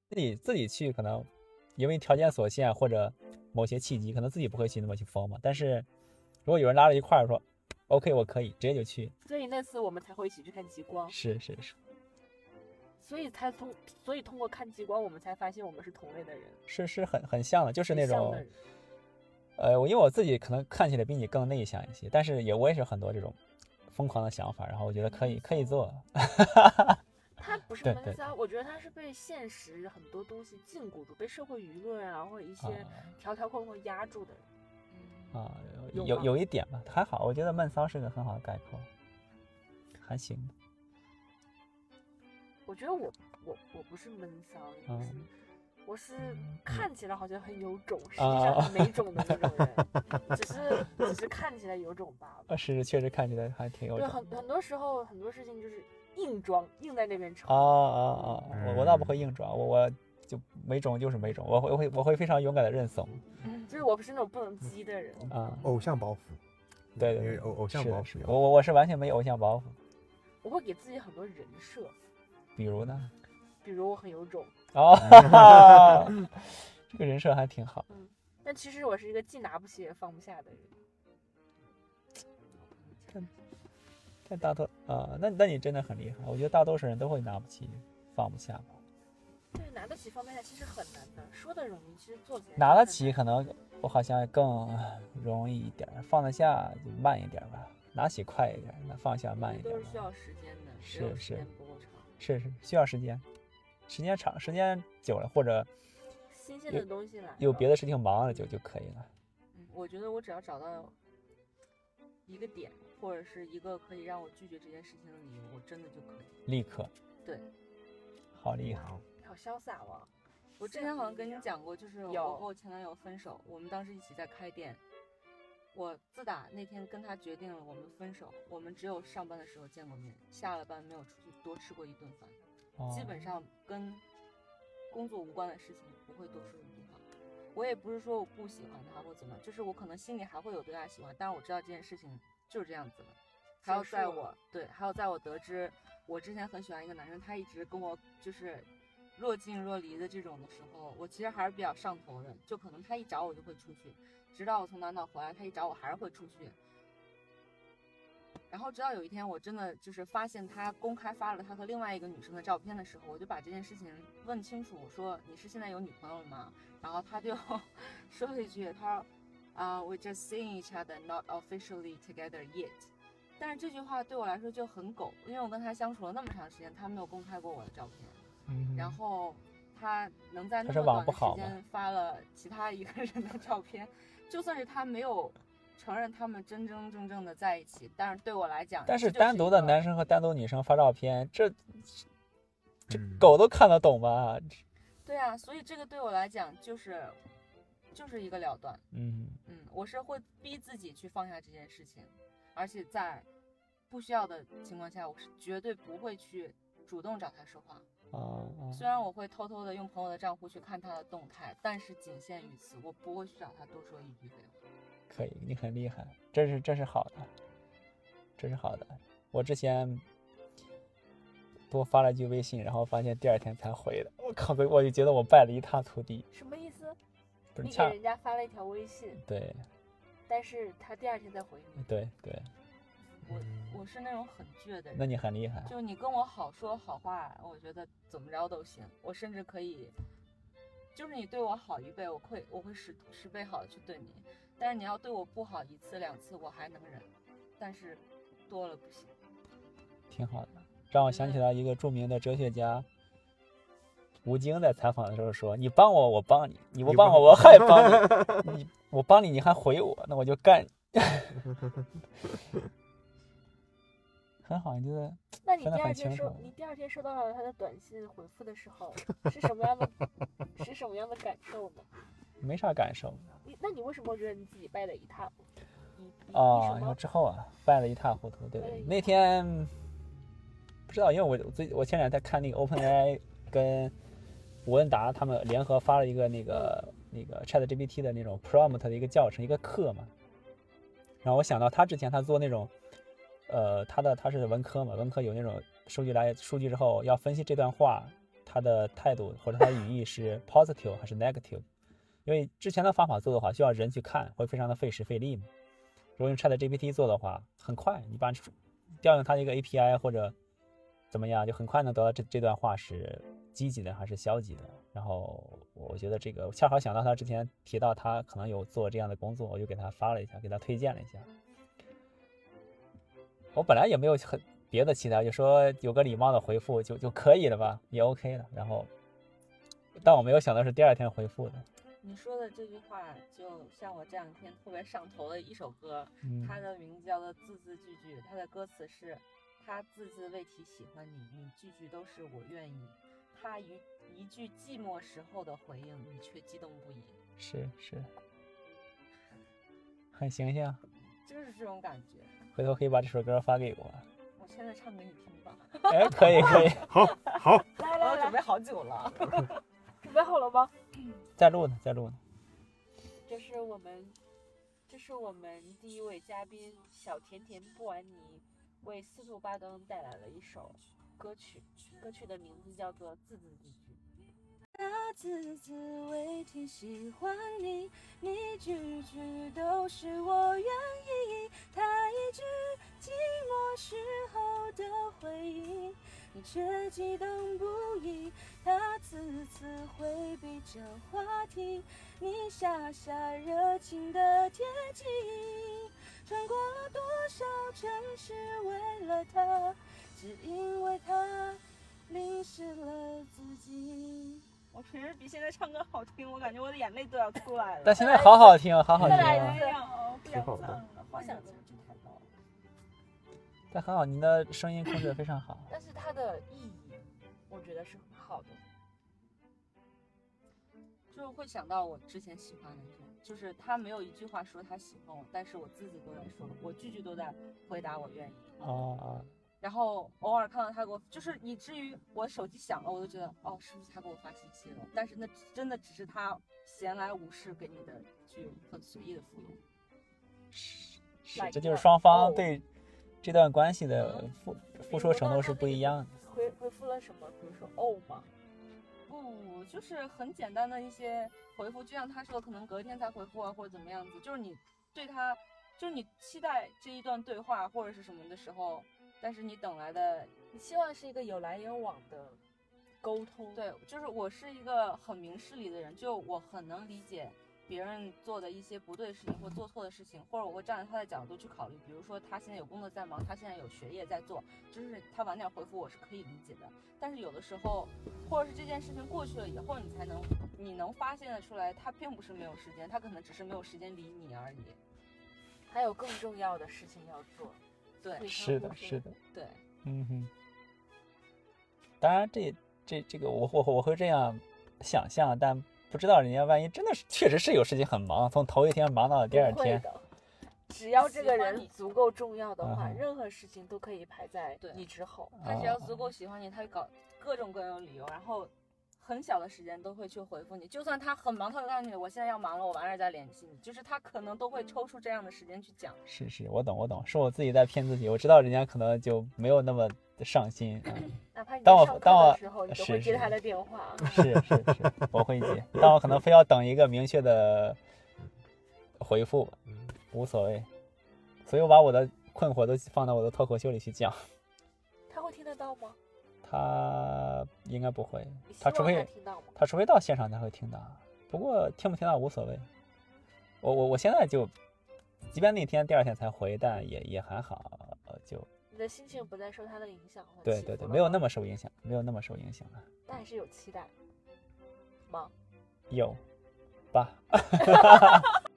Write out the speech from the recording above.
自己去，可能因为条件所限或者某些契机，可能自己不会去那么去疯嘛。但是如果有人拉着一块儿说 OK 我可以，直接就去。 所以那次我们才会一起去看极光。 是。 所以通过看极光，我们才发现我们是同类的人。 是很像的，就是那种很像的人。 因为我自己可能看起来比你更内向一些，但是我也是很多这种疯狂的想法，然后我觉得可以做。 他不是闷骚，我觉得他是被现实很多东西禁锢住，被社会舆论啊或者一些条条框框压住的人。 有一点吧，还好，我觉得闷骚是个很好的概括，还行。 我觉得我不是闷骚，我是看起来好像很有种，实际上很没种的那种人，只是看起来有种罢了。 是，确实看起来还挺有种。 对，很多时候很多事情就是硬装，硬在那边撑。 我倒不会硬装，我就没种就是没种，我会非常勇敢的认怂。 就是我不是那种不能激的人偶像包袱。 对， 偶像包袱。 我是完全没有偶像包袱。 我会给自己很多人设。 比如呢？ 比如我很有种。 这个人设还挺好。 但其实我是一个既拿不起也放不下的人。但大多那你真的很厉害。我觉得大多数人都会拿不起放不下吧。 对，拿得起放不下其实很难的，说的容易，其实做起来拿得起可能我好像更容易一点，放得下就慢一点吧。拿起快一点，那放下慢一点。 都是需要时间的。 是不够长。 是需要时间长，时间久了或者新鲜的东西来， 有别的事情忙了就可以了。 我觉得我只要找到一个点，或者是一个可以让我拒绝这件事情的理由，我真的就可以立刻。 对， 好厉害， 好潇洒哦。 我之前好像跟你讲过，就是我和我前男友分手，我们当时一起在开店。我自打那天跟他决定了我们分手，我们只有上班的时候见过面，下了班没有出去多吃过一顿饭，基本上跟工作无关的事情不会多说一句话。我也不是说我不喜欢他或怎么，就是我可能心里还会有对他喜欢，但是我知道这件事情就是这样子的。还有在我得知我之前很喜欢一个男生，他一直跟我就是若即若离的这种的时候，我其实还是比较上头的，就可能他一找我就会出去，直到我从南岛回来，他一找我还是会出去。然后直到有一天我真的就是发现他公开发了他和另外一个女生的照片的时候，我就把这件事情问清楚，我说你是现在有女朋友了吗？然后他就说了一句，他说we just seeing each other, not officially together yet。 但是这句话对我来说就很狗，因为我跟他相处了那么长时间，他没有公开过我的照片，然后他能在那么短的时间发了其他一个人的照片，就算是他没有承认他们真正的在一起，但是对我来讲， 但是单独的男生和单独女生发照片，这狗都看得懂吧？ 对啊，所以这个对我来讲就是一个了断。我是会逼自己去放下这件事情，而且在不需要的情况下，我是绝对不会去主动找他说话。虽然我会偷偷的用朋友的账户去看他的动态，但是仅限于此，我不会去找他多说一句废话。 可以，你很厉害，这是好的，这是好的。我之前多发了一句微信，然后发现第二天才回的，我靠，我就觉得我败了一塌涂地。 什么意思？ 不是你给人家发了一条微信， 对， 但是他第二天再回你。 对， 我是那种很倔的人。 那你很厉害， 就你跟我好说好话，我觉得怎么着都行，我甚至可以，就是你对我好一倍，我会十倍好的去对你，但是你要对我不好一次两次我还能忍，但是多了不行。挺好的，让我想起来一个著名的哲学家吴京在采访的时候说：“你帮我，我帮你；你不帮我，我还帮你。我帮你，你还回我，那我就干你。”很好，你觉得？ 那你第二天收到了他的短信回复的时候，是什么样的感受呢？ 没啥感受。 那你为什么觉得你自己败得一塌糊涂？ 你说之后败得一塌糊涂。对，那天不知道，因为我前两天看那个 OpenAI 跟吴恩达他们联合发了一个那个 ChatGPT 的那种 prompt 的一个教程一个课嘛，然后我想到他之前他做那种他是文科嘛，文科有那种数据之后要分析这段话他的态度或者他的语义是 positive 还是 negative。因为之前的方法做的话，需要人去看，会非常的费时费力嘛。如果用 ChatGPT 做的话，很快，你把调用它的一个 API 或者怎么样，就很快能得到这段话是积极的还是消极的。然后我觉得这个恰好想到他之前提到他可能有做这样的工作，我就给他发了一下，给他推荐了一下。我本来也没有别的期待，就说有个礼貌的回复就可以了吧，也 OK 了。然后，但我没有想到是第2天回复的。 你说的这句话，就像我这2天特别上头的一首歌，它的名字叫做《字字句句》，它的歌词是：他字字未提喜欢你，你句句都是我愿意。他一句寂寞时候的回应，你却激动不已。 是，很形象， 就是这种感觉。 回头可以把这首歌发给我。 我现在唱给你听吧。 哎，可以。 好， 来，准备好久了。 准备好了吗？ 在录呢。 这是我们第1位嘉宾小甜甜不玩泥为司徒巴登带来了一首歌曲，歌曲的名字叫做《字字句句》。 他字字未提喜欢你，你句句都是我愿意。他一句寂寞时候的回应，你却激动不已。他次次回避这话题，你下下热情的贴近。穿过了多少城市为了他，只因为他淋湿了自己。 我平时比现在唱歌好听，我感觉我的眼泪都要出来了。 但现在好听。 再来一次， 挺好的。 好想唱这太高了。 但很好，您的声音控制得非常好。 但是它的意义，我觉得是很好的。 就是会想到我之前喜欢的人，就是他没有一句话说他喜欢我，但是我字字都在说，我句句都在回答我愿意。然后偶尔看到他给我，就是以至于我手机响了，我都觉得是不是他给我发信息了？但是那真的只是他闲来无事给你的一句很随意的附庸。 是，这就是双方对这段关系的付出程度是不一样的。 回复了什么？比如说吗？ 不，就是很简单的一些回复，就像他说的，可能隔天才回复啊，或者怎么样子。就是你对他，就是你期待这一段对话或者是什么的时候。但是你等来的， 你希望是一个有来有往的沟通。 对，就是我是一个很明事理的人，就我很能理解别人做的一些不对的事情或做错的事情，或者我会站在他的角度去考虑。比如说他现在有工作在忙，他现在有学业在做，就是他晚点回复我是可以理解的。但是有的时候，或者是这件事情过去了以后，你能发现得出来，他并不是没有时间，他可能只是没有时间理你而已。 还有更重要的事情要做。 对， 是的。 对， 当然这个我会这样想象，但不知道人家万一真的是确实是有事情很忙，从头一天忙到第2天。 只要这个人足够重要的话，任何事情都可以排在你之后。 他只要足够喜欢你，他会搞各种各样的理由，然后很小的时间都会去回复你。就算他很忙，他会告诉你我现在要忙了，我晚点再联系你。就是他可能都会抽出这样的时间去讲。 是，我懂，是我自己在骗自己。我知道人家可能就没有那么上心。 哪怕你在上课的时候，你都会接他的电话。 是，我会接，但我可能非要等一个明确的回复，无所谓。所以我把我的困惑都放到我的脱口秀里去讲。 他会听得到吗？ 他应该不会， 他除非到现场才会听到。不过听不听到无所谓。我现在就，即便那天第2天才回，但也还好，就。 你的心情不再受他的影响。 对，没有那么受影响，了。 但还是有期待吗？ 有吧。